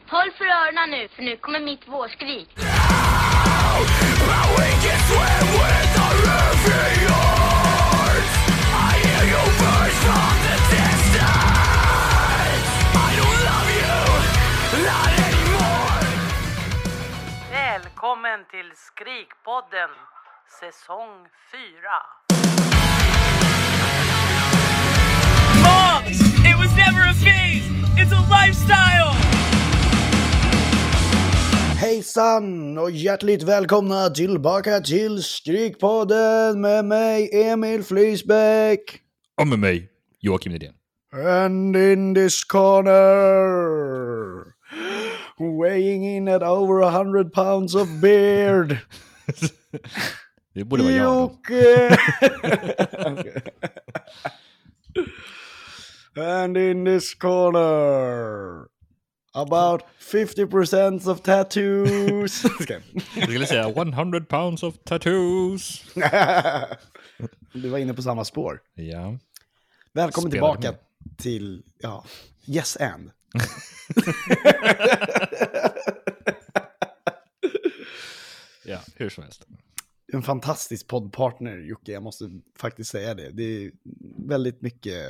Håll för öronen nu, för nu kommer mitt vårskrik. Välkommen till Skrikpodden, säsong 4. Moms! It was never a phase! It's a lifestyle! Hejsan och hjärtligt välkomna tillbaka till Skrikpodden med mig Emil Flysbäck. Och med mig, Joakim Nydén. And in this corner, weighing in at over 100 pounds of beard. Det borde vara jag då. Jocke! And in this corner, about 50% of tattoos. Jag skulle säga 100 pounds of tattoos. Du var inne på samma spår. Ja. Välkommen Spelade tillbaka med. till, ja, Yes and. Ja, hur som helst. En fantastisk poddpartner, Jocke, jag måste faktiskt säga det. Det är väldigt mycket...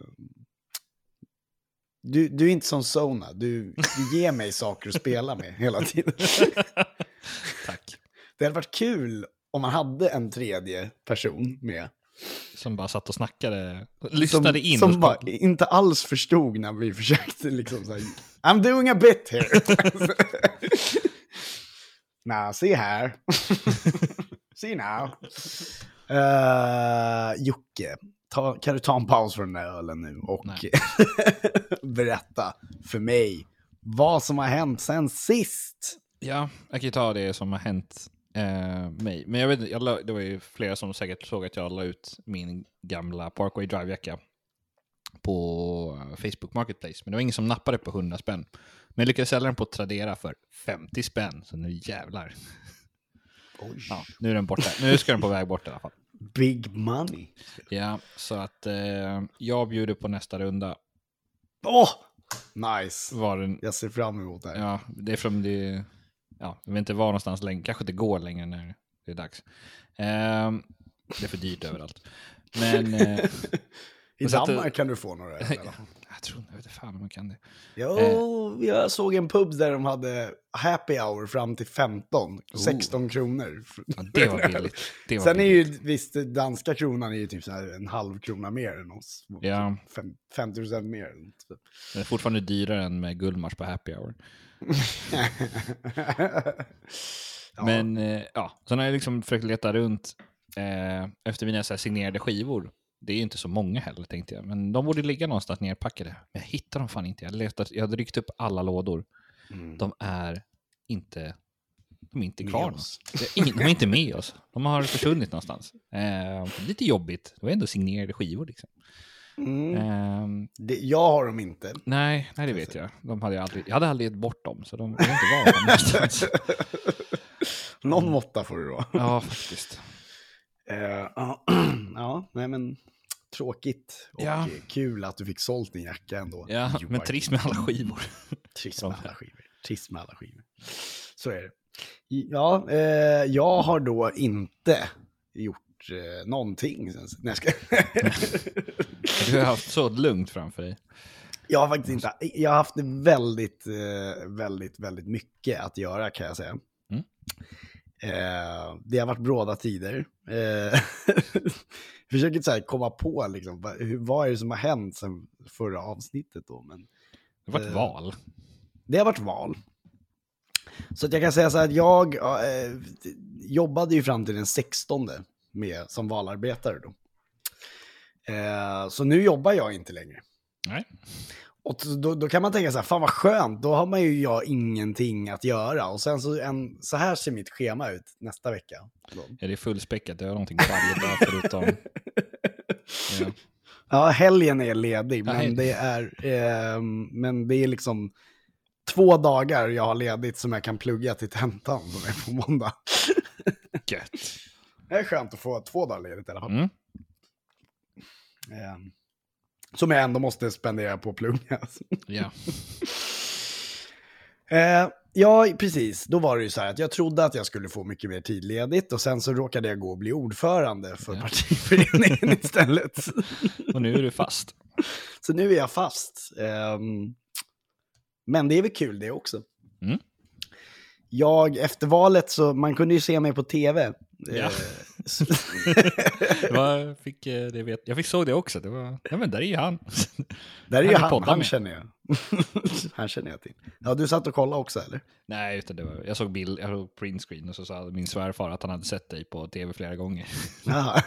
Du är inte som Sona, du ger mig saker att spela med hela tiden. Tack. Det hade varit kul om man hade en tredje person med. Som bara satt och snackade, lyssnade in. Som bara inte alls förstod när vi försökte liksom så här, I'm doing a bit here. Nah, se här. See now. Jocke, kan du ta en paus från den här ölen nu och berätta för mig vad som har hänt sen sist? Ja, jag kan ju ta det som har hänt mig. Men jag vet inte, det var ju flera som säkert såg att jag la ut min gamla Parkway Drive-jacka på Facebook Marketplace. Men det var ingen som nappade på 100 spänn. Men jag lyckades sälja den på Tradera för 50 spänn. Så nu jävlar. Oj. Ja, nu är den borta. Nu ska den på väg bort i alla fall. Big money. Ja, så att jag bjuder på nästa runda. Nice. Jag ser fram emot det här. Ja, det är från det... Ja, jag vet inte var någonstans längre. Kanske inte går längre när det är dags. Det är för dyrt överallt. Men... I Danmark kan du få några. Jag vet inte fan om man kan det. Jo, jag såg en pub där de hade happy hour fram till 16 kronor. Ja, det var billigt. Sen billigt. Är ju visst, danska kronan är ju typ så här en halv krona mer än oss. Ja. 50% mer. Det är fortfarande dyrare än med guldmars på happy hour. Ja. Men sen har jag liksom försökt leta runt efter mina så här signerade skivor. Det är ju inte så många heller, tänkte jag. Men de borde ligga någonstans nerpackade. Men jag hittar dem fan inte. Jag hade ryckt upp alla lådor. De är inte kvar. De är inte med oss. De har försvunnit någonstans. Lite jobbigt. Det var ändå signerade skivor liksom. Jag har dem inte. Nej, det vet jag. Jag hade aldrig gett bort dem. Så de inte var någonstans. Någon måtta får du då. Ja, faktiskt. Ja, nej men tråkigt och kul att du fick sålt din jacka ändå. Ja, men trist med alla skivor. Trist med alla skivor. Så är det. Ja, jag har då inte gjort någonting. Du har haft så lugnt framför dig. Jag har faktiskt inte. Jag har haft väldigt, väldigt, väldigt mycket att göra, kan jag säga. Det har varit bråda tider. Försöker så här komma på liksom, vad är det som har hänt sen förra avsnittet då, men det har varit val. Det har varit val. Så att jag kan säga så här att jag jobbade ju fram till den 16 som valarbetare då. Så nu jobbar jag inte längre. Nej. Och då kan man tänka så här, fan vad skönt, då har man ju ingenting att göra. Och sen så här ser mitt schema ut nästa vecka. Ja, det är fullspäckat, jag har någonting varje dag förutom... Ja, helgen är ledig, men det är liksom 2 dagar jag har ledigt som jag kan plugga till tentan som är på måndag. Gött. Det är skönt att få 2 dagar ledigt i alla fall. Som jag ändå måste spendera på att plugga. Ja. Ja, precis. Då var det ju så här att jag trodde att jag skulle få mycket mer tid ledigt och sen så råkade jag gå och bli ordförande för partiföreningen istället. Och nu är du fast. Så nu är jag fast. Men det är väl kul det också. Mm. Efter valet så, man kunde ju se mig på tv. Ja. Jag fick såg det också. Det var, ja men där är ju han. Där är ju han med. känner jag. Han känner jag till. Ja, du satt och kollade också eller? Nej, utan jag såg printscreen och så sa min svärfar att han hade sett dig på tv flera gånger. Jaha.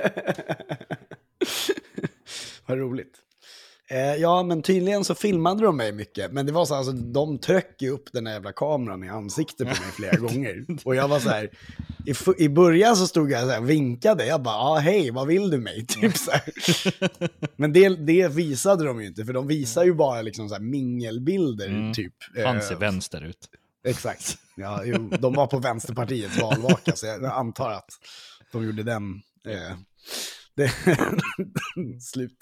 Vad roligt. Ja, men tydligen så filmade de mig mycket. Men det var så alltså, de tryckte ju upp den här jävla kameran i ansiktet på mig flera gånger. Och jag var så här, i början så stod jag så här, vinkade. Jag bara, hej, vad vill du mig? Typ så här. Men det visade de ju inte, för de visar ju bara liksom så här mingelbilder, typ. Han ser vänster ut. Exakt. Ja, de var på Vänsterpartiets valvaka, så jag antar att de gjorde den slut.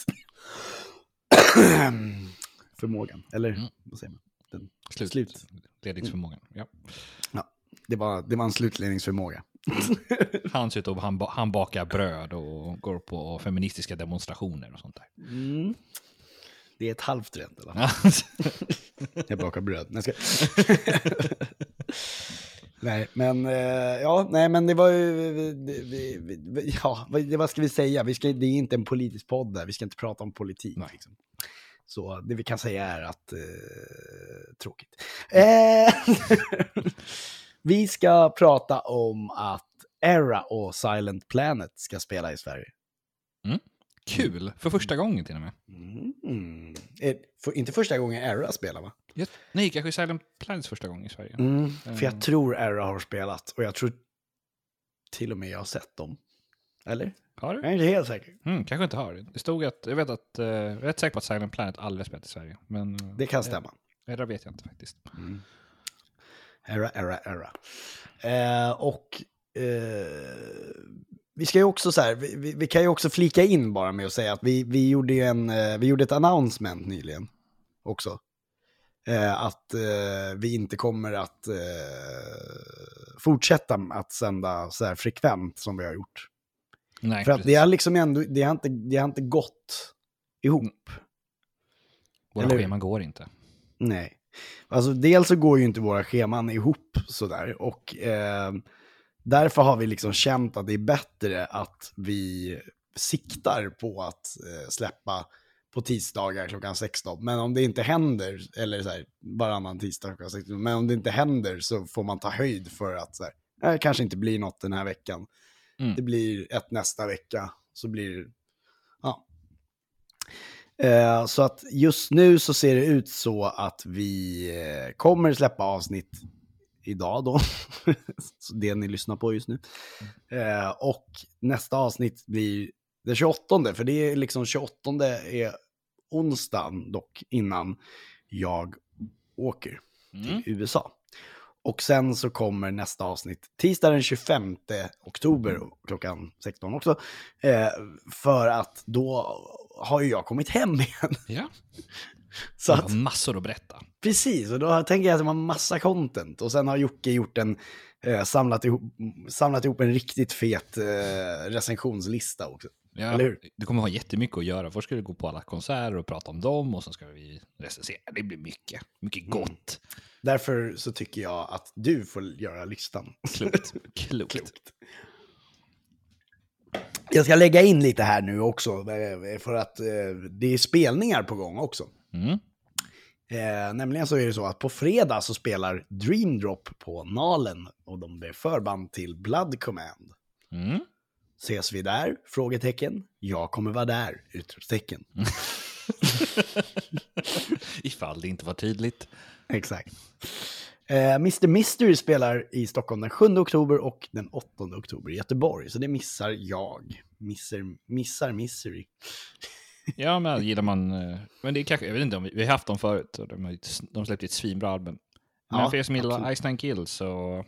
Förmågan, eller vad säger man? Slutledningsförmågan, ja. Ja, det var en slutledningsförmåga. Han ser ut att han bakar bröd och går på feministiska demonstrationer och sånt där. Mm. Det är ett halvt rätt, eller? Jag bakar bröd. Nej, men men det var ju vad ska vi säga? Det är inte en politisk podd där. Vi ska inte prata om politik. Liksom. Så det vi kan säga är att tråkigt. Vi ska prata om att Era och Silent Planet ska spela i Sverige. Mm. Kul, för första gången till och med. Inte första gången Era spelar, va? Nej, kanske Silent Planets första gång i Sverige. För jag tror Era har spelat, och jag tror till och med jag har sett dem. Eller? Har du? Jag är inte helt säker. Kanske inte har. Det stod att, jag vet att, jag är rätt säker på att Silent Planet aldrig spelat i Sverige. Men, det kan stämma. Det vet jag inte faktiskt. Era. Vi ska ju också så här, vi kan ju också flika in bara med att säga att vi gjorde ett announcement nyligen också. Att vi inte kommer att fortsätta att sända så här frekvent som vi har gjort. Nej, för att det är liksom ändå, det har inte gått ihop. Våra scheman går inte. Nej. Alltså dels så går ju inte våra scheman ihop sådär, och därför har vi liksom känt att det är bättre att vi siktar på att släppa på tisdagar klockan 16. Men om det inte händer, eller så här, varannan tisdag klockan 16, men om det inte händer så får man ta höjd för att så här, det kanske inte blir något den här veckan. Det blir ett nästa vecka, så blir så att just nu så ser det ut så att vi kommer släppa avsnitt idag då. Så det ni lyssnar på just nu. Och nästa avsnitt blir den 28, för det är liksom 28 är onsdagen dock, innan jag åker till USA. Och sen så kommer nästa avsnitt tisdag den 25 oktober klockan 16 också. För att då har ju jag kommit hem igen. Ja. Så jag har massor att berätta. Precis, och då tänker jag att det var massa content. Och sen har Jocke gjort samlat ihop en riktigt fet recensionslista också. Ja, eller hur? Det kommer ha jättemycket att göra. Först ska vi gå på alla konserter och prata om dem, och sen ska vi recensera. Det blir mycket gott. Därför så tycker jag att du får göra listan. Klokt. Jag ska lägga in lite här nu också, för att det är spelningar på gång också. Nämligen så är det så att på fredag så spelar Dream Drop på Nalen, och de är förband till Blood Command. Ses vi där? Frågetecken. Jag kommer vara där. Utropstecken. Ifall det inte var tydligt. Exakt. Mr. Mystery spelar i Stockholm den 7 oktober och den 8 oktober i Göteborg. Så det missar jag. Missar Mystery. Ja, men gillar man... Men det är kanske... Jag vet inte om vi har haft dem förut. Och de släppte ett svinbra album. Men Ja, för er som gillar Ice Nine Kills så...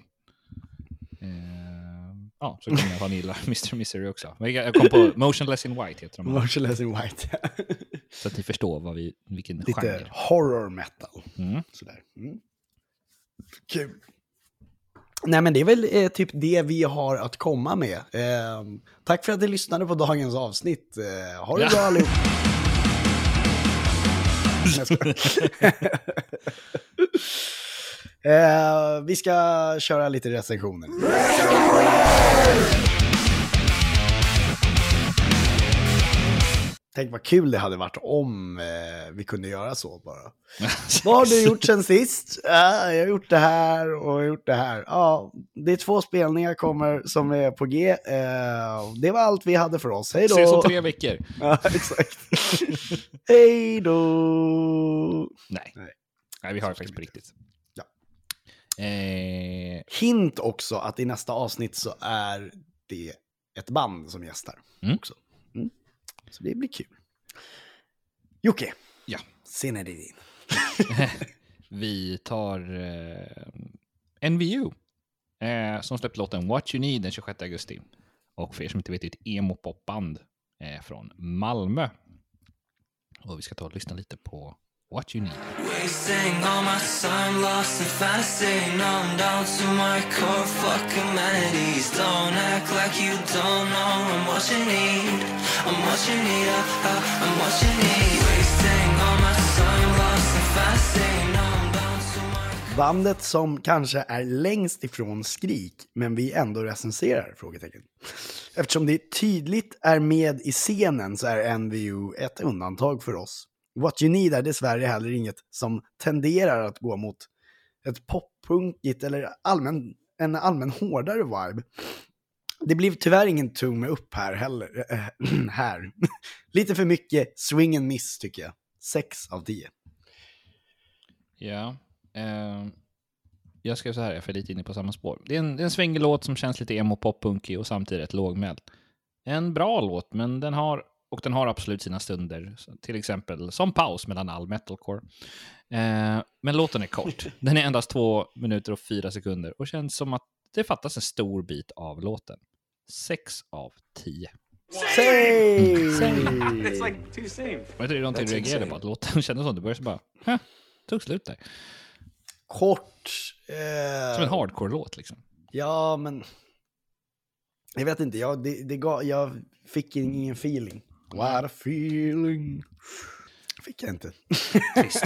så kommer jag gilla Mr. Mystery också. Men jag kom på Motionless in White heter de. Motionless in White. Så att ni förstår vilken lite genre. Lite horror metal. Sådär. Kul. Nej, men det är väl typ det vi har att komma med. Tack för att ni lyssnade på dagens avsnitt. Ha det bra allihop. Vi ska köra lite recensioner. Tänk vad kul det hade varit om vi kunde göra så bara. Vad har du gjort sen sist? Jag har gjort det här och gjort det här. Ja, det är 2 spelningar som är på G. Det var allt vi hade för oss. Hej då! Ses om 3 veckor. Ja, exakt. Hej då! Nej, vi har det faktiskt på riktigt. Ja. Eh, Hint också att i nästa avsnitt så är det ett band som gästar också. Så det blir kul. Jocke. Ja. Sen är det din. Vi tar NVU som släppte låten What You Need den 26 augusti. Och för er som inte vet, det är ett emo-popband från Malmö. Och vi ska ta och lyssna lite på What You Need. Wasting all my time, lost and fantasy. Now I'm down to my core, fuck amenities. Don't act like you don't know I'm what you need. I'm what you need, I'm what you need. Wasting all my time, lost and fantasy. Now I'm down to my core. Bandet som kanske är längst ifrån Skrik, men vi ändå recenserar, frågetecken. Eftersom det tydligt är med i scenen så är NVU ett undantag för oss. What You Need är dessvärre heller inget som tenderar att gå mot ett poppunkigt eller en allmän hårdare vibe. Det blev tyvärr ingen tumme upp här heller. Här. Lite för mycket swing and miss tycker jag. 6 av 10. Ja. Jag skrev så här, jag är lite inne på samma spår. Det är en svängig låt som känns lite emo-pop-punkig och samtidigt lågmäld. En bra låt, men den har absolut sina stunder. Till exempel som paus mellan all metalcore. Men låten är kort. Den är endast 2 minuter och 4 sekunder. Och känns som att det fattas en stor bit av låten. 6 av 10. It's like too same. Jag tror det är någonting du reagerade på. Att låten kändes som det började så bara... tog slut där. Kort. Som en hardcore-låt liksom. Ja, men... Jag vet inte. Jag fick ingen feeling. What a feeling. Fick jag inte. Trist.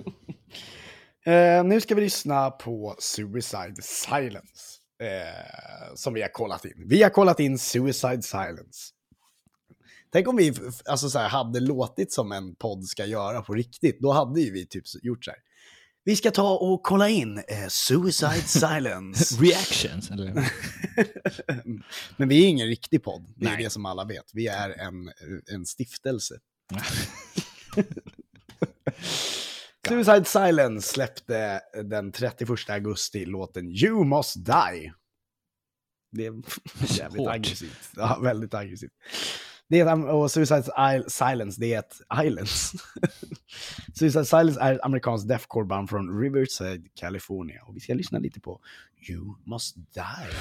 Nu ska vi lyssna på Suicide Silence. Som vi har kollat in. Vi har kollat in Suicide Silence. Tänk om vi hade låtit som en podd ska göra på riktigt. Då hade ju vi typ gjort så här. Vi ska ta och kolla in Suicide Silence. Reactions, eller? Men vi är ingen riktig podd. Det är Nej. det som alla vet. Vi är en stiftelse. Suicide Silence släppte den 31 augusti låten You Must Die. Det är jävligt aggressivt. Ja, väldigt aggressivt. Och Suicide Silence, det är ett Islands. Suicide Silence är ett amerikanskt deathcore-band från Riverside, California. Och vi ska lyssna lite på You Must Die.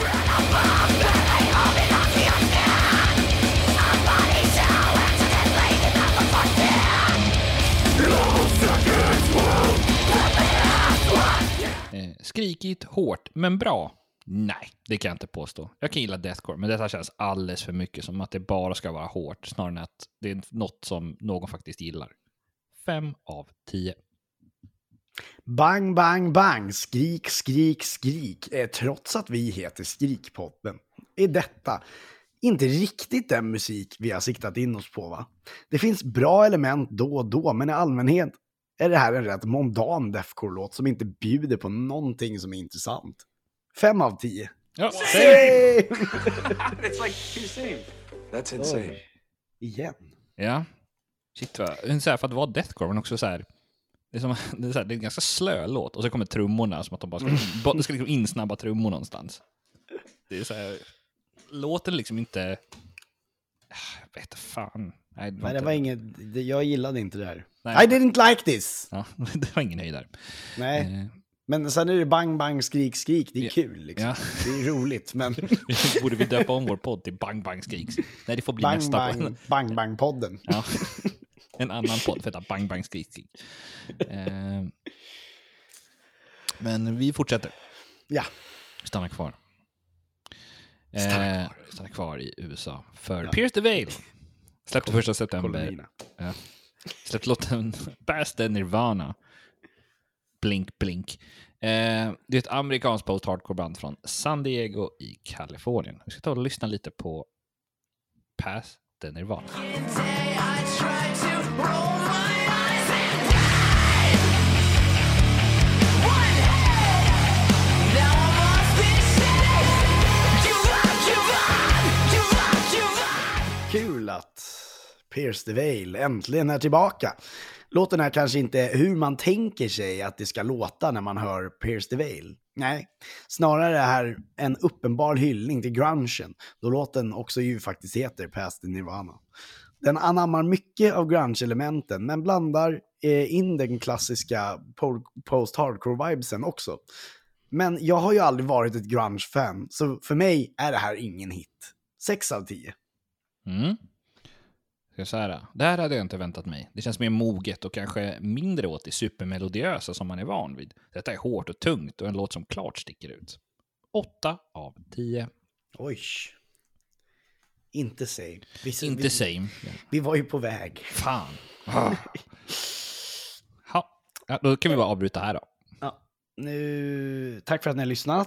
Skrikigt, hårt, men bra. Nej, det kan jag inte påstå. Jag kan gilla deathcore, men detta känns alldeles för mycket som att det bara ska vara hårt, snarare än att det är något som någon faktiskt gillar. 5 av 10. Bang, bang, bang, skrik, skrik, skrik. Trots att vi heter Skrikpodden är detta inte riktigt den musik vi har siktat in oss på, va? Det finns bra element då och då, men i allmänhet är det här en rätt mondan deathcore-låt som inte bjuder på någonting som är intressant. 5 av 10. Ja, It's like too same. That's insane. Igen. ja. Shit, va? Så här, för att vara deathcore, men också så här. Det är en ganska slö låt. Och så kommer trummorna som att de bara ska liksom insnabba trummor någonstans. Det är så här. Låten liksom inte... Jag vet fan. Nej, det var inget... Jag gillade inte det här. Nej. I didn't like this! Ja, det var ingen höjd där. Nej. Men sen är det bang, bang, skrik, skrik. Det är kul liksom. Ja. Det är roligt, men... Borde vi döpa om vår podd till Bang Bang Skriks? Nej, det får bli bang, nästa bang, podd. bang, bang, podden. Ja. En annan podd för att Bang Bang Skrik. Men vi fortsätter. Ja. Stanna kvar. Stanna kvar i USA. För Pierce the Veil släppte 1 september. Släppte låten Past the Nirvana. Blink, blink. Det är ett amerikanskt post-hardcore-band från San Diego i Kalifornien. Vi ska ta och lyssna lite på Past the Nirvana. Kul att Pierce the Veil äntligen är tillbaka. Låten är kanske inte hur man tänker sig att det ska låta när man hör Pierce the Veil. Nej, snarare är det här en uppenbar hyllning till grungen, då låten också ju faktiskt heter Past the Nirvana. Den anammar mycket av grunge-elementen, men blandar in den klassiska post-hardcore-vibesen också. Men jag har ju aldrig varit ett grunge-fan, så för mig är det här ingen hit. 6 av 10. Ska jag säga, det här hade jag inte väntat mig. Det känns mer moget och kanske mindre åt det supermelodiösa som man är van vid. Detta är hårt och tungt och en låt som klart sticker ut. 8 av 10. Oj. Inte same. Inte same. Vi var ju på väg. Fan. Ja, då kan vi bara avbryta här då. Ja. Nu, tack för att ni har lyssnat.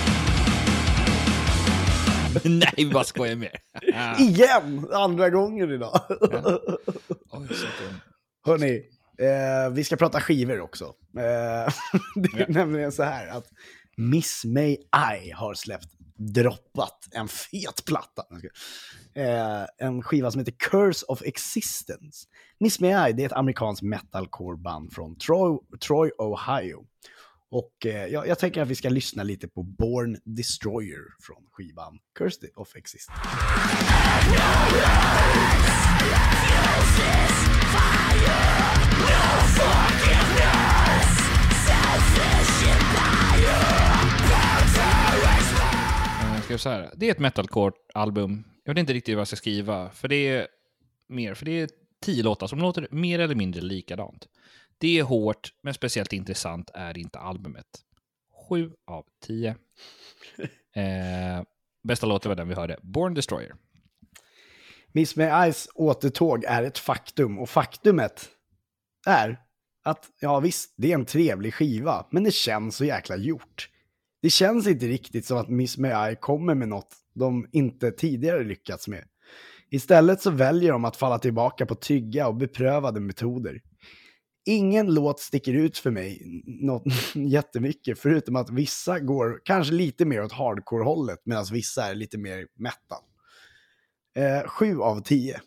Nej, vi bara skojar mer. Igen! Andra gången idag. Oj, hörni, vi ska prata skivor också. Det är nämligen så här att Miss May I har droppat en fet platta. En skiva som heter Curse of Existence. Miss May I, det är ett amerikanskt metalcore-band från Troy, Ohio. Och jag tänker att vi ska lyssna lite på Born Destroyer från skivan Curse of Existence. Det är ett metalcore-album. Jag vet inte riktigt vad jag ska skriva. För det är 10 låtar som låter mer eller mindre likadant. Det är hårt, men speciellt intressant är inte albumet. 7 av 10. Bästa låten var den vi hörde, Born Destroyer. Miss May I's återtåg är ett faktum. Och faktumet är att, ja visst, det är en trevlig skiva. Men det känns så jäkla gjort. Det känns inte riktigt som att Miss May I kommer med något de inte tidigare lyckats med. Istället så väljer de att falla tillbaka på trygga och beprövade metoder. Ingen låt sticker ut för mig något jättemycket, förutom att vissa går kanske lite mer åt hardcore-hållet medan vissa är lite mer metal. 7 av 10.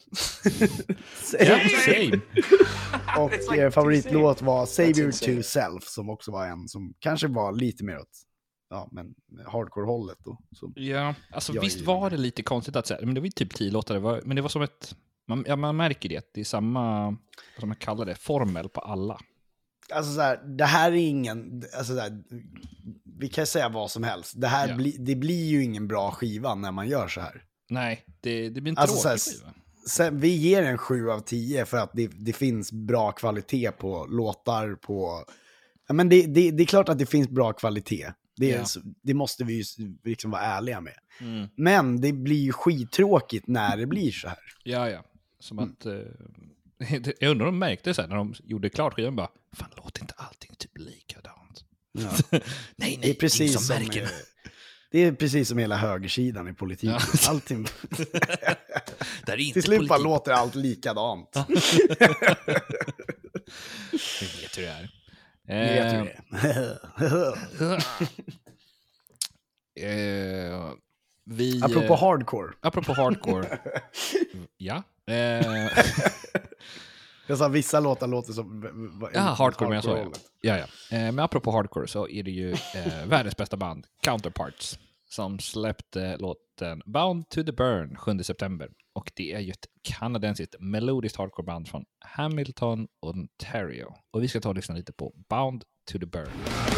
Same. Och favoritlåt var Savior to Self, som också var en som kanske var lite mer åt hardcore-hållet. Ja, alltså visst var det lite konstigt att säga, men det var ju typ 10 låtar, men det var som ett... Man märker det är samma, vad man kallar det, formel på alla. Alltså så här, det här är ingen, alltså så här, vi kan säga vad som helst. Det här det blir ju ingen bra skiva när man gör så här. Nej, det blir en alltså tråkig skiva. Sen, vi ger en 7 av 10 för att det finns bra kvalitet på låtar på... Ja, men det är klart att det finns bra kvalitet. Det måste vi ju liksom vara ärliga med. Men det blir ju skittråkigt när det blir så här. Ja. Som att... jag undrar om de märkte så här när de gjorde klart skivan bara, fan, låter inte allting typ likadant? Ja. nej, det är precis som märker. Det är precis som hela högersidan i politiken. Ja. Allting... det är inte till slut bara låter allt likadant. Jag vet hur det är. Apropå hardcore. Ja. Jag sa vissa låter som... hardcore, men jag sa ja. Men apropå hardcore så är det ju världens bästa band, Counterparts, som släppte låten Bound to the Burn 7 september. Och det är ju ett kanadensiskt melodiskt hardcore-band från Hamilton, Ontario. Och vi ska ta och lyssna lite på Bound to the Burn.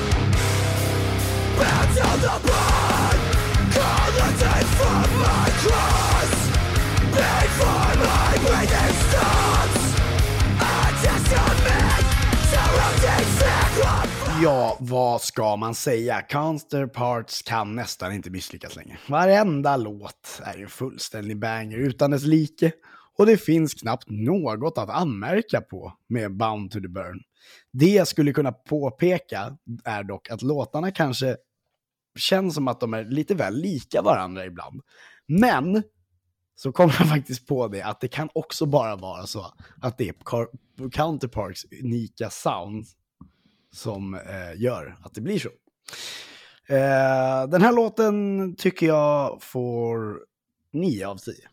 Bound to the burn, call the day from my cross, beg for my breathing stops, a testament to rotate sacrum. Ja, vad ska man säga? Counterparts kan nästan inte misslyckas längre. Varenda låt är ju fullständig banger utan dess like. Och det finns knappt något att anmärka på med Bound to the Burn. Det jag skulle kunna påpeka är dock att låtarna kanske känns som att de är lite väl lika varandra ibland. Men så kommer jag faktiskt på det att det kan också bara vara så att det är Counterparts unika sound som gör att det blir så. Den här låten tycker jag får 9 av 10.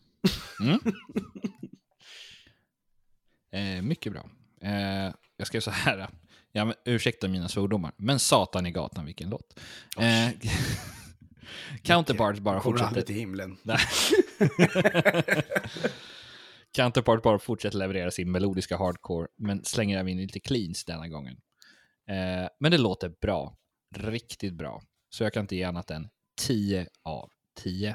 Mycket bra. Jag skrev så här. Ja, men, ursäkta mina svordomar. Men satan i gatan, vilken låt. Counterparts bara fortsätter till himlen. Counterpart bara fortsätter leverera sin melodiska hardcore, men slänger även in lite cleans denna gången. Men det låter bra. Riktigt bra. Så jag kan inte ge annat än 10 av 10.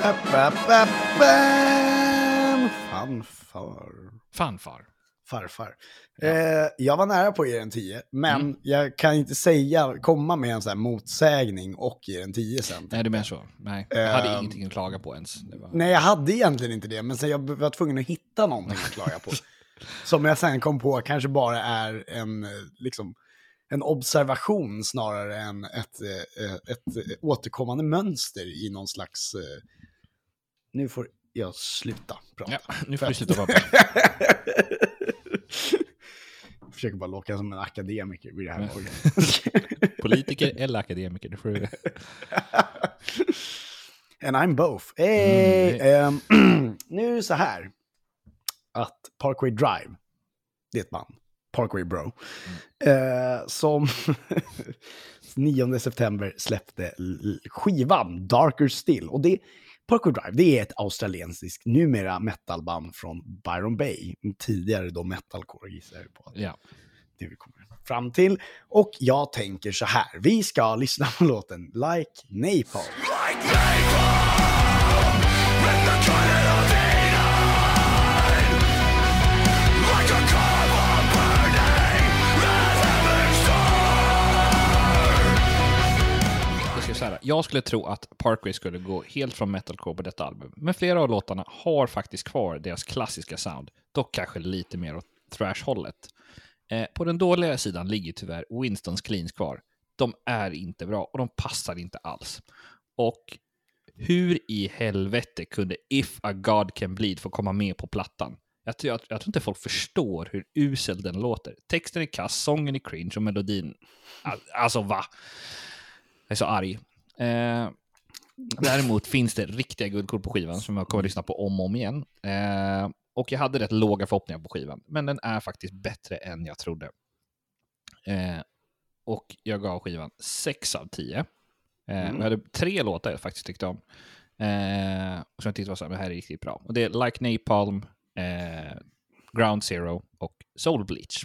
Fanfar. Farfar. Jag var nära på att ge den 10, men jag kan inte komma med en sån här motsägning och ge den 10 sen. Nej, du menar så. Nej, jag hade ingenting att klaga på ens. Nej, jag hade egentligen inte det, men sen jag var tvungen att hitta någonting att klaga på. Som jag sen kom på kanske bara är en observation snarare än ett återkommande mönster i någon slags... Nu får jag sluta prata. Ja, nu får du sluta prata. Jag försöker bara låta som en akademiker vid det här laget. Politiker eller akademiker, det får du. And I'm both. Nu är det så här att Parkway Drive, det är ett band, Parkway Bro, som 9 september släppte skivan Darker Still. Och Parkway Drive, det är ett australiensiskt numera metalband från Byron Bay. Tidigare då metalcore gissar jag på. Ja. Det vi kommer fram till. Och jag tänker så här. Vi ska lyssna på låten Like Napalm. Like napalm, with the credit of denied. Like a carbon burning, as heaven star. Jag skulle tro att Parkway skulle gå helt från metalcore på detta album. Men flera av låtarna har faktiskt kvar deras klassiska sound. Dock kanske lite mer åt thrash-hållet. På den dåliga sidan ligger tyvärr Winstons cleans kvar. De är inte bra och de passar inte alls. Och hur i helvete kunde If a God Can Bleed få komma med på plattan? Jag tror inte folk förstår hur usel den låter. Texten är kass, sången är cringe och melodin... Alltså va? Jag är så arg. Däremot finns det riktiga guldkorn på skivan som jag kommer att lyssna på om och om igen. Och jag hade rätt låga förhoppningar på skivan. Men den är faktiskt bättre än jag trodde. Och jag gav skivan 6 av 10. Jag hade 3 låtar jag faktiskt tyckte om. Och som jag tyckte var så här, men här är riktigt bra. Och det är Like Napalm, Ground Zero och Soul Bleach.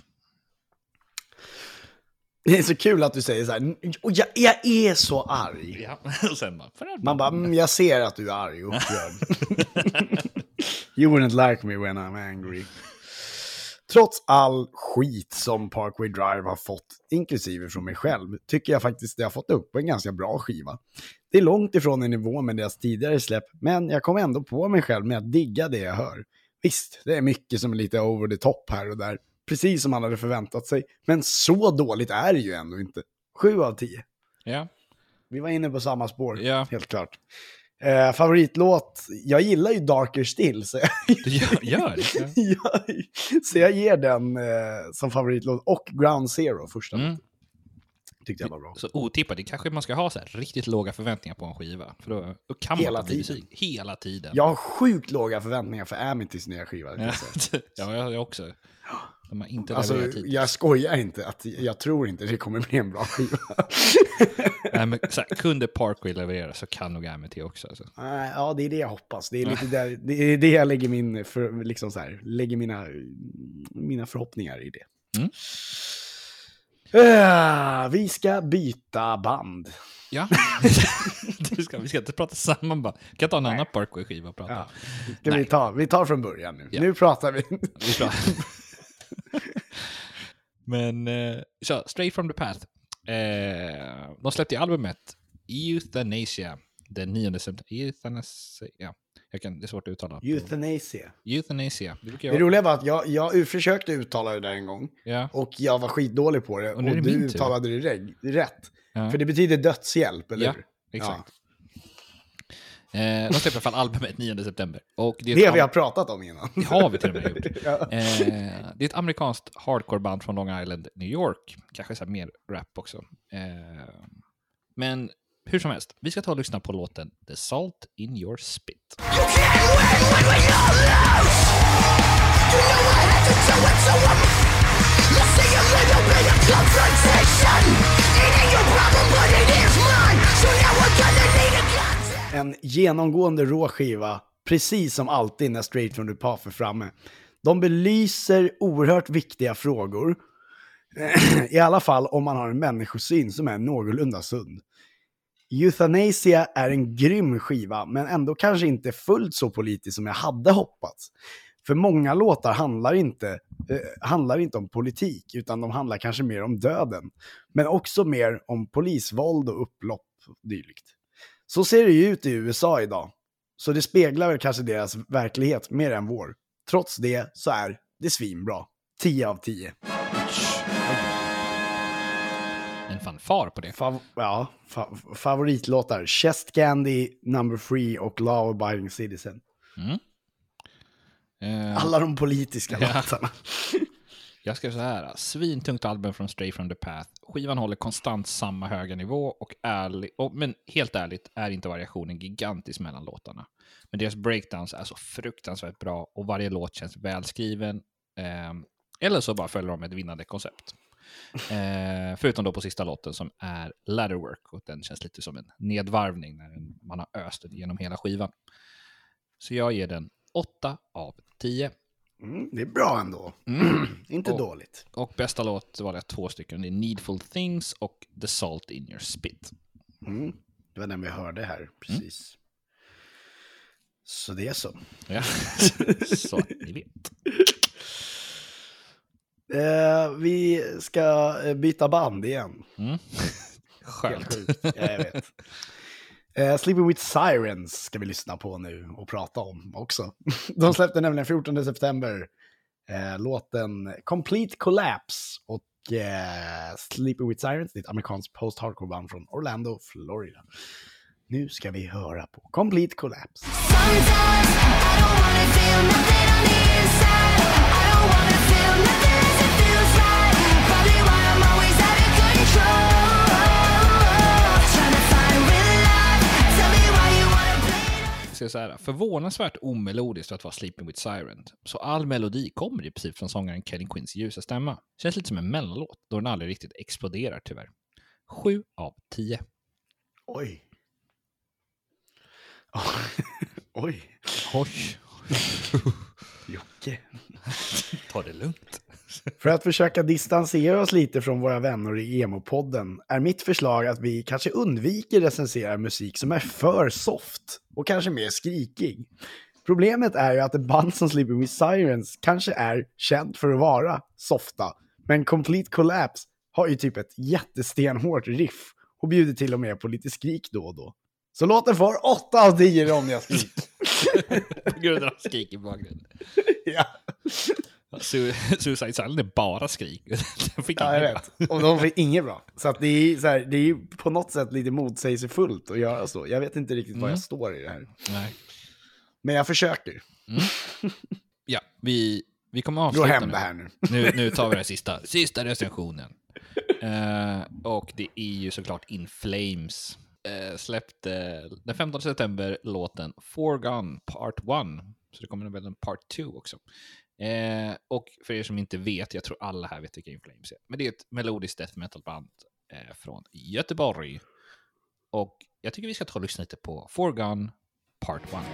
Det är så kul att du säger så här. Och jag är så arg. Ja, och sen bara, man bara, jag ser att du är arg och upprörd. You wouldn't like me when I'm angry. Trots all skit som Parkway Drive har fått, inklusive från mig själv, tycker jag faktiskt det har fått upp en ganska bra skiva. Det är långt ifrån en nivå med deras tidigare släpp, men jag kommer ändå på mig själv med att digga det jag hör. Visst, det är mycket som är lite over the top här och där. Precis som man hade förväntat sig. Men så dåligt är det ju ändå inte. 7 av 10. Ja. Vi var inne på samma spår, ja. Helt klart. Favoritlåt, jag gillar ju Darker Still. Så du gör det? Ja. Så jag ger den som favoritlåt. Och Ground Zero, första låten. Tyckte jag var bra. Så otippat, det kanske man ska ha så här riktigt låga förväntningar på en skiva. För då kan man hela bli tiden. Hela tiden. Jag har sjukt låga förväntningar för Amitys nya skiva. Ja, jag också. De har inte alltså, jag skojar inte. Att jag tror inte det kommer bli en bra skiva. Nej, men, så här, kunde Parkway leverera så kan nog Amity också. Alltså. Ja, det är det jag hoppas. Det är lite där, det är det jag lägger lägger mina förhoppningar i det. Vi ska byta band. Ja. Vi ska inte prata samman bara. Vi kan ta en annan Parkway-skiva och prata. Ja. Vi tar från början nu. Ja. Nu pratar vi. Men så, Straight from the Path. De släppte albumet Euthanasia den 9 september. Euthanasia. Det är svårt att uttala. Euthanasia. Det Det roliga var att jag försökte uttala det där en gång. Ja. Och jag var skitdålig på det. Och nu är det du min tur. uttalade det rätt. Ja. För det betyder dödshjälp, eller Ja, hur? exakt. De släpper i alla fall albumet 9 september. Och det Det vi har pratat om innan. Det har vi till och med gjort. Ja. Det är ett amerikanskt hardcore-band från Long Island, New York. Kanske så här mer rap också. Men hur som helst, vi ska ta och lyssna på låten The Salt in Your Spit. En genomgående rå skiva, precis som alltid när Straight from the Path är framme. De belyser oerhört viktiga frågor. I alla fall om man har en människosyn som är någorlunda sund. Euthanasia är en grym skiva, men ändå kanske inte fullt så politisk som jag hade hoppats. För många låtar handlar inte om politik, utan de handlar kanske mer om döden. Men också mer om polisvåld och upplopp dylikt. Så ser det ju ut i USA idag. Så det speglar väl kanske deras verklighet mer än vår. Trots det så är det svinbra. 10 av 10. En fanfar på det. Favoritlåtar. Chest Candy, Number 3 och Law Abiding Citizen. Alla de politiska låtarna. Jag ska säga så här. Svintungt album från Stray from the Path. Skivan håller konstant samma höga nivå och men helt ärligt är inte variationen gigantisk mellan låtarna. Men deras breakdowns är så fruktansvärt bra och varje låt känns välskriven. Eller så bara följer de ett vinnande koncept. Förutom då på sista låten som är Ladderwork, och den känns lite som en nedvarvning när man har öst genom hela skivan. Så jag ger den 8 av 10. Det är bra ändå. Inte dåligt. Och bästa låt var det 2 stycken. Det är Needful Things och The Salt in Your Spit. Det var den vi hörde här, precis. Så det är så. Ja, så att ni vet. Vi ska byta band igen. Skönt. Jag vet. Sleeping with Sirens ska vi lyssna på nu och prata om också. De släppte nämligen 14 september låten Complete Collapse och Sleeping with Sirens, det är ett amerikanskt post-hardcore band från Orlando, Florida. Nu ska vi höra på Complete Collapse. Så här, förvånansvärt omelodiskt för att vara Sleeping with Sirens. Så all melodi kommer i princip från sångaren Kelly Quinns ljusa stämma. Känns lite som en mellanlåt då den aldrig riktigt exploderar tyvärr. 7 av 10. Oj. Jocke. Ta det lugnt. För att försöka distansera oss lite från våra vänner i emo-podden är mitt förslag att vi kanske undviker recensera musik som är för soft och kanske mer skrikig. Problemet är ju att ett band som Sleeping with Sirens kanske är känt för att vara softa, men Complete Collapse har ju typ ett jättestenhårt riff och bjuder till och med på lite skrik då och då. Så låten får 8 av 10 om jag skriker. På grund av skrik i bakgrunden. Ja. Suicide Silence är bara skrik. Ja, jag vet. Och de fick inget bra. Så att det är ju på något sätt lite motsägelsefullt att göra så. Jag vet inte riktigt var jag står i det här. Nej. Men jag försöker. Ja, vi kommer avsluta. Gå hem det här nu. Nu tar vi den sista recensionen. Och det är ju såklart In Flames. Släppte den 15 september låten Foregone Part 1. Så det kommer väl en Part 2 också. Och för er som inte vet, jag tror alla här vet vilka In Flames är. Men det är ett melodiskt death metal band från Göteborg. Och jag tycker vi ska ta och lyssna lite på Foregone Part 1.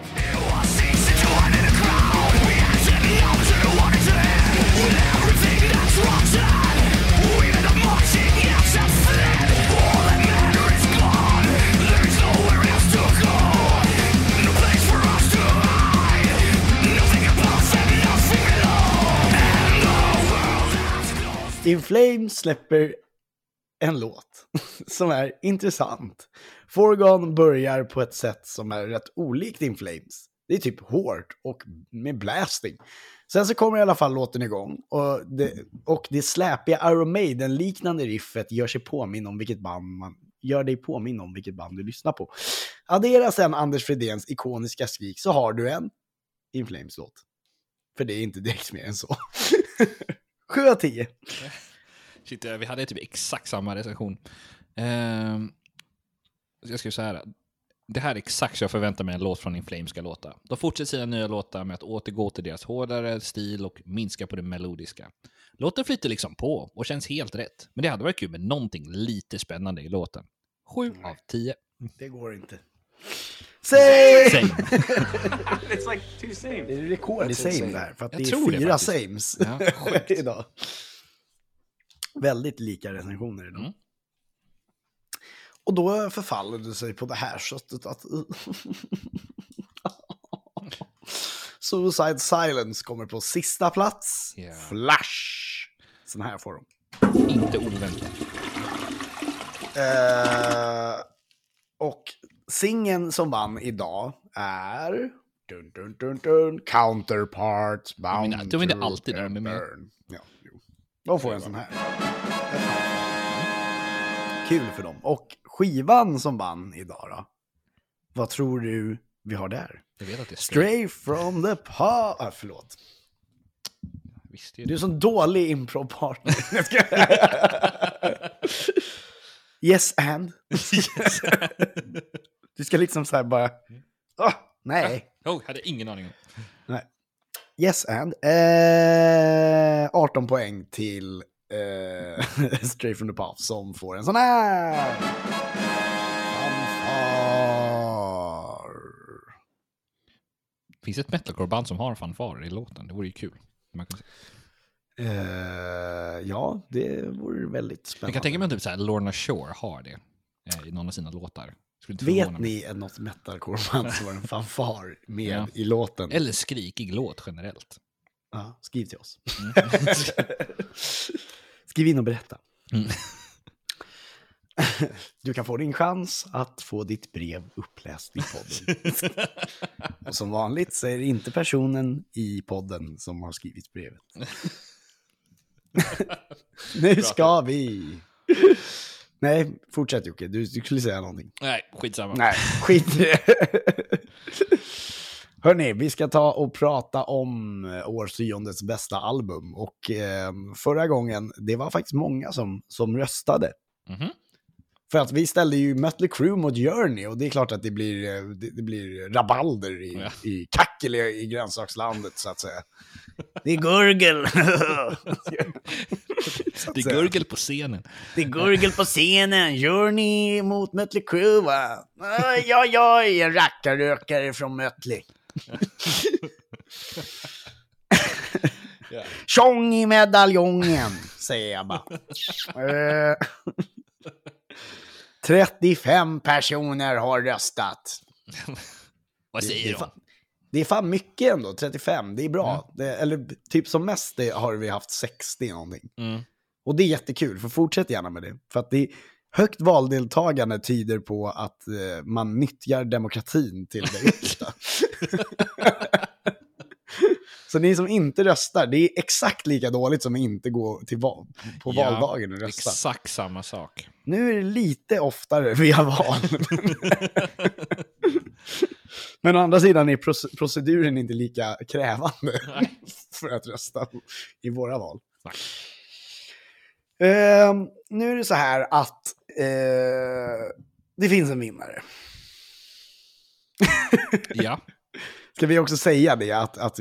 In Flames släpper en låt som är intressant. Foregone börjar på ett sätt som är rätt olikt In Flames. Det är typ hårt och med blasting. Sen så kommer i alla fall låten igång. Och det släpiga Iron Maiden-liknande riffet gör dig påminn om vilket band du lyssnar på. Addera sen Anders Fredéns ikoniska skrik så har du en In Flames-låt. För det är inte direkt mer än så. 7 av 10. Shit, vi hade typ exakt samma recension. Jag ska säga det här är exakt så jag förväntar mig en låt från In Flames ska låta. De fortsätter sina nya låtar med att återgå till deras hårdare stil och minska på det melodiska. Låten flyter liksom på och känns helt rätt. Men det hade varit kul med någonting lite spännande i låten. 7 av 10. Det går inte. Same! It's like 2 same. Det är rekord i same där. För att Jag det tror är det 4 faktiskt. sames Ja, idag. Väldigt lika recensioner idag. Mm. Och då förfaller det sig på det här sättet att Suicide Silence kommer på sista plats. Yeah. Flash. Sån här får de. Inte oväntat. Och singeln som vann idag är Counterpart Bound de är inte alltid där de är med. Burn. Ja, jo. De får en sån här. Kul för dem. Och skivan som vann idag då? Vad tror du vi har där? Jag vet att det är Stray from the förlåt. Visst är Du är det. sån dålig improv-partner. Yes and. Du ska liksom så här bara... nej. Hade ingen aning om. Nej. Yes and. 18 poäng till Stray from the Path som får en sån här. Fanfar. Finns det ett metalcore-band som har fanfarer i låten? Det vore ju kul. Man kan Ja, det vore väldigt jag spännande. kan tänka mig att typ så här, Lorna Shore har det i någon av sina låtar. Skulle inte Vet förvåna mig. ni något metalcore-band som har en fanfar med Ja. i låten? Eller skrikig låt generellt. Ja, skriv till oss. Skriv in och berätta. Mm. Du kan få din chans att få ditt brev uppläst i podden. Och som vanligt så är det inte personen i podden som har skrivit brevet. Nu ska vi... Nej, fortsätt Jocke. Du skulle säga någonting. Nej, skitsamma. Nej, skit i det. Hörrni, vi ska ta och prata om årtiondets bästa album. Och förra gången, det var faktiskt många som röstade. Mhm. För att vi ställde ju Mötley Crüe mot Journey. Och det är klart att det blir rabalder i kackel i grönsakslandet så att säga. Det är gurgel. Det är gurgel på scenen. Det är gurgel på scenen. Journey mot Mötley Crüe, va? Jag är en rackarrökare från Mötley. Tjong i medaljongen, säger jag bara. 35 personer har röstat. Vad säger de? Det är fan mycket ändå, 35. Det är bra. Eller typ som mest har vi haft 60 någonting. Mm. Och det är jättekul, för fortsätt gärna med det. För att det är högt valdeltagande tyder på att man nyttjar demokratin till det yttersta. Så ni som inte röstar, det är exakt lika dåligt som att inte gå till på valdagen och rösta. Exakt samma sak. Nu är det lite oftare via val. Men å andra sidan är proceduren inte lika krävande för att rösta i våra val. Nu är det så här att det finns en vinnare. Ja. Ska vi också säga det att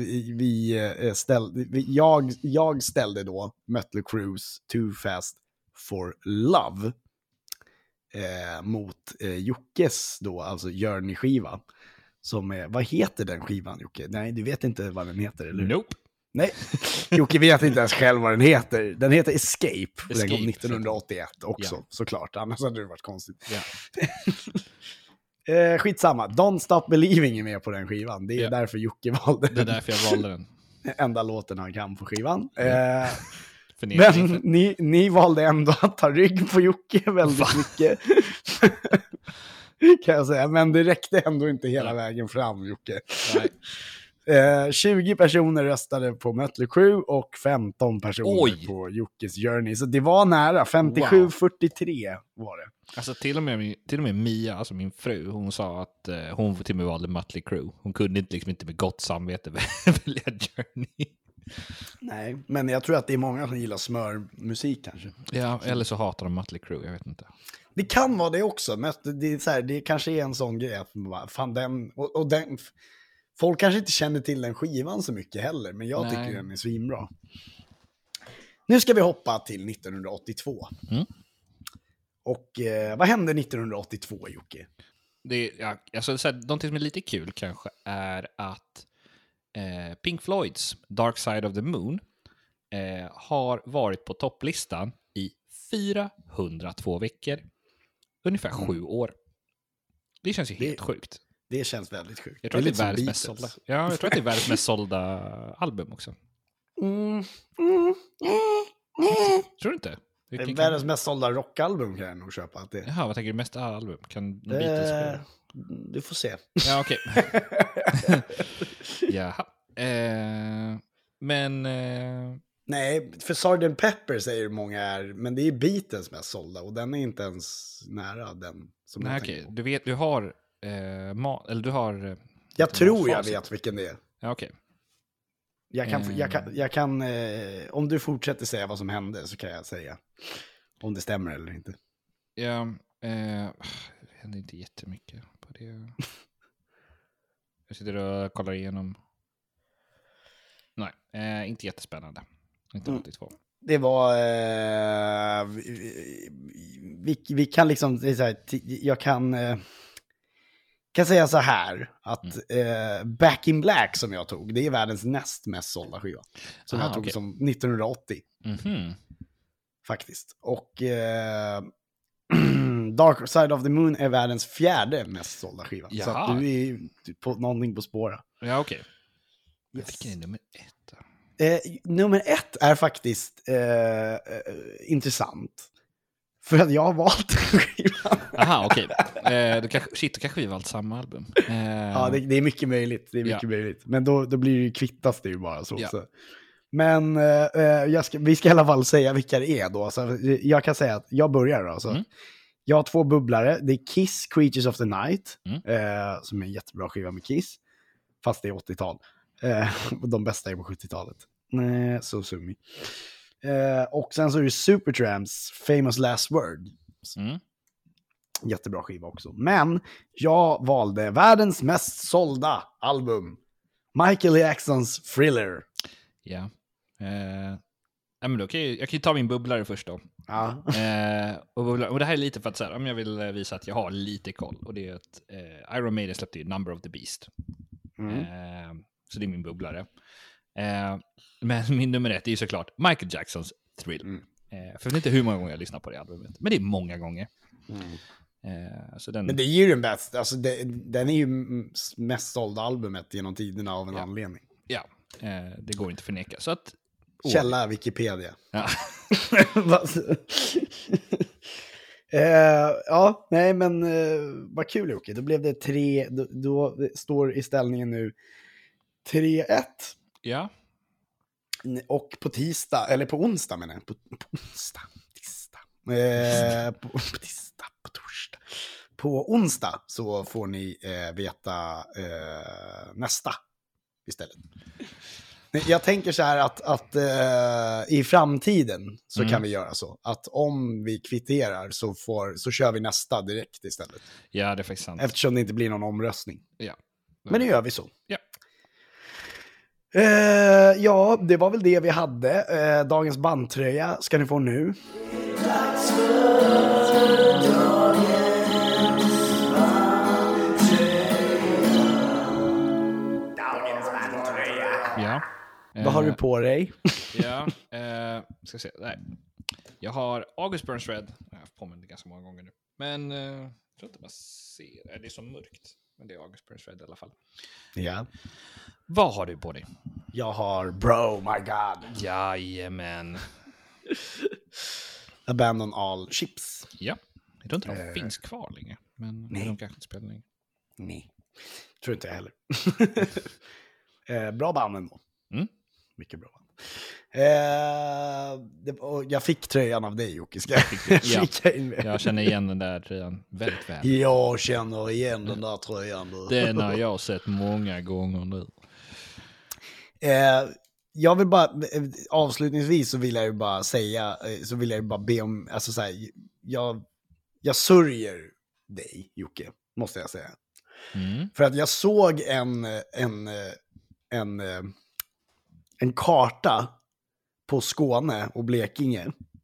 jag ställde då Mötley Crües Too Fast for Love mot Jockes då, alltså Journey-skiva. Som är, vad heter den skivan, Jocke? Nej, du vet inte vad den heter, eller hur? Nope. Nej, Jocke vet inte ens själv vad den heter. Den heter Escape. Den kom Escape, 1981 också, ja. Såklart. Annars hade det varit konstigt. Ja. Skitsamma. Don't Stop Believing är med på den skivan. Det är Ja. därför Jocke valde Det är därför jag valde den. enda låten han kan på skivan. Men ni valde ändå att ta rygg på Jocke väldigt mycket. Kan jag säga. Men det räckte ändå inte hela vägen fram, Jocke. Nej. 20 personer röstade på Mötley Crüe och 15 personer på Jockes Journey. Så det var nära. 57-43 var det. Alltså till och med Mia, alltså min fru, hon sa att hon till och med valde Mötley Crüe. Hon kunde inte med gott samvete välja Journey. Nej, men jag tror att det är många som gillar smörmusik kanske. Ja, eller så hatar de Mötley Crüe, jag vet inte. Det kan vara det också, men det är så här, det kanske är en sån grej att fan den, och den, folk kanske inte känner till den skivan så mycket heller, men jag tycker den är svinbra. Nu ska vi hoppa till 1982. Och vad hände 1982, Jocke? Någonting som är lite kul kanske är att Pink Floyds Dark Side of the Moon har varit på topplistan i 402 veckor. Ungefär 7 år. Det känns ju helt sjukt. Det känns väldigt sjukt. Jag tror att det är världens mest sålda. Ja, jag tror att det är världens mest sålda album också. Tror du inte? Världens mest sålda rockalbum kan jag nog köpa. Att det... Jaha, vad tänker du mest album? Kan Beatles spela? Du får se. Ja, okej. Jaha. Men... Nej, för Sgt. Pepper säger många är, men det är Beatles mest sålda och den är inte ens nära den som jag tänker på. Du vet, du har... eller du har... jag tror jag vet vilken det är. Ja, okej. Jag kan om du fortsätter säga vad som hände så kan jag säga om det stämmer eller inte. Ja, det händer inte jättemycket på det. Jag sitter och kollar igenom. Nej, inte jättespännande. 1982. Det var vi kan liksom det är så här, jag kan säga så här att Back in Black som jag tog, det är världens näst mest sålda skiva. Som jag tog som 1980. Faktiskt. Och Dark Side of the Moon är världens 4:e mest sålda skiva. Jaha. Så att du är på någonting på spåra. Ja, okej. Yes. Vilken är nummer 1 då? Nummer 1 är faktiskt intressant. För att jag har valt skivan. Aha, okej. Du kanske vi valt samma album. Ja, det är mycket möjligt. Det är mycket möjligt. Men då blir det ju kvittas det ju bara så. Ja. Men vi ska i alla fall säga vilka det är då. Så jag kan säga att jag börjar då. Så. Jag har 2 bubblare. Det är Kiss, Creatures of the Night. Som är en jättebra skiva med Kiss. Fast det är 80-tal. De bästa är på 70-talet. Så summi. Och sen så är det Supertramps Famous Last Word. Jättebra skiva också. Men jag valde världens mest sålda album. Michael Jacksons Thriller. Ja. Men då jag kan ju ta min bubblare först då. Ja. Och det här är lite för att så här, om jag vill visa att jag har lite koll. Och det är att Iron Maiden släppte ju Number of the Beast. Så det är min bubblare. Men min nummer 1 är ju såklart Michael Jacksons Thrill. För jag vet inte hur många gånger jag lyssnar på det albumet. Men det är många gånger. Så den... Men det är ju den bästa. Alltså den är ju mest sålda albumet genom tiderna av en anledning. Ja, det går inte att förneka. Så att... Källa Wikipedia. Ja. Ja, nej men vad kul Jocke. Då blev det 3. Då står i ställningen nu 3-1. Ja. Och på tisdag, eller på onsdag menar jag. På torsdag. På onsdag så får ni veta nästa istället. Jag tänker så här att i framtiden så kan vi göra så. Att om vi kvitterar så kör vi nästa direkt istället. Ja, det är faktiskt sant. Eftersom det inte blir någon omröstning. Ja. Men nu gör vi så. Ja. Ja, det var väl det vi hade. Dagens bandtröja ska ni få nu. Dagens bandtröja. Ja. Vad har du på dig? Ja, ska se. Nej. Jag har August Burns Red. Jag har påminnt ganska många gånger nu. Men jag tror inte man ser. Det är så mörkt. Men det är August Burns Red i alla fall. Ja. Vad har du på dig? Jag har Bro, my God. Jajamän. Abandon all ships. Ja, jag tror inte de finns kvar längre. Men nej. de kanske inte spelar längre. Nej, tror inte jag heller. Bra band ändå. Mycket bra band. Och jag fick tröjan av dig, Jocke. Ska jag skicka in med? Jag känner igen den där tröjan väldigt väl. Jag känner igen den där tröjan. Den har jag sett många gånger nu. Jag vill bara, avslutningsvis så vill jag ju bara säga, så vill jag ju bara be om, alltså så här, jag sörjer dig, Jocke, måste jag säga. För att jag såg en karta på Skåne och Blekinge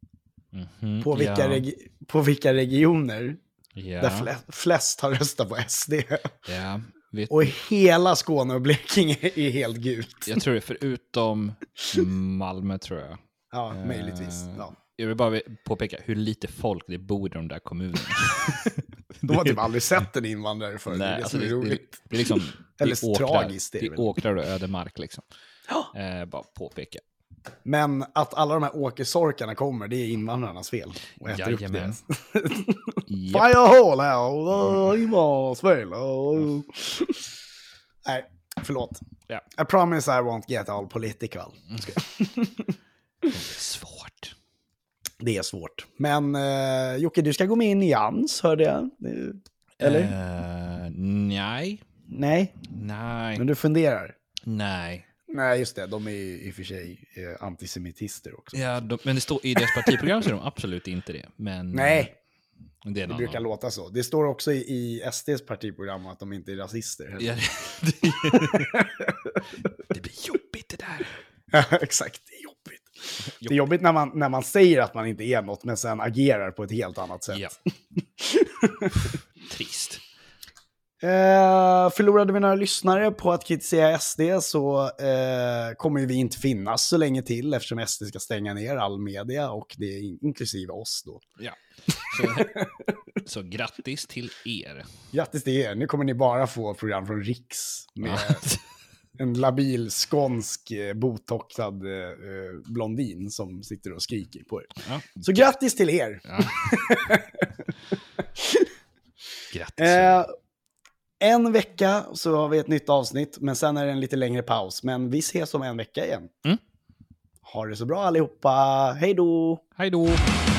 på vilka regioner där flest har röstat på SD. Ja, och hela Skåne och Blekinge är helt gult. Jag tror det, förutom Malmö tror jag. Ja, möjligtvis. Ja. Jag vill bara påpeka hur lite folk det bor i de där kommunerna. De har typ aldrig sett en invandrare förr. Nej, det är det roligt. Det är liksom eller åkrar, tragiskt. Det är åkrar och ödemark liksom. Bara påpeka. Men att alla de här åkersorkarna kommer, det är invandrarnas fel. Och äter upp det. Firehål här. Invandrarnas fel. Nej, förlåt. Ja. I promise I won't get all political. Det är svårt. Det är svårt. Men Jocke, du ska gå med in i Jans, hörde jag. Eller? Nej. Nej? Nej. Men du funderar? Nej. Nej, just det. De är i och för sig antisemitister också. Ja, men det står i deras partiprogram så är de absolut inte det. Men, nej, det brukar låta så. Det står också i SDs partiprogram att de inte är rasister. Ja, det blir jobbigt det där. Exakt, det är jobbigt. Det är jobbigt när man säger att man inte är något men sen agerar på ett helt annat sätt. Ja. Trist. Förlorade vi några lyssnare på att kritisera SD så kommer vi inte finnas så länge till eftersom SD ska stänga ner all media och det är inklusive oss då. Ja. Så grattis till er. Grattis till er. Nu kommer ni bara få program från Riks med en labil skånsk botoxad blondin som sitter och skriker på er. Ja. Så grattis till er. Ja. Grattis. En vecka så har vi ett nytt avsnitt, men sen är det en lite längre paus. Men vi ses om en vecka igen. Ha det så bra allihopa. Hej då! Hej då!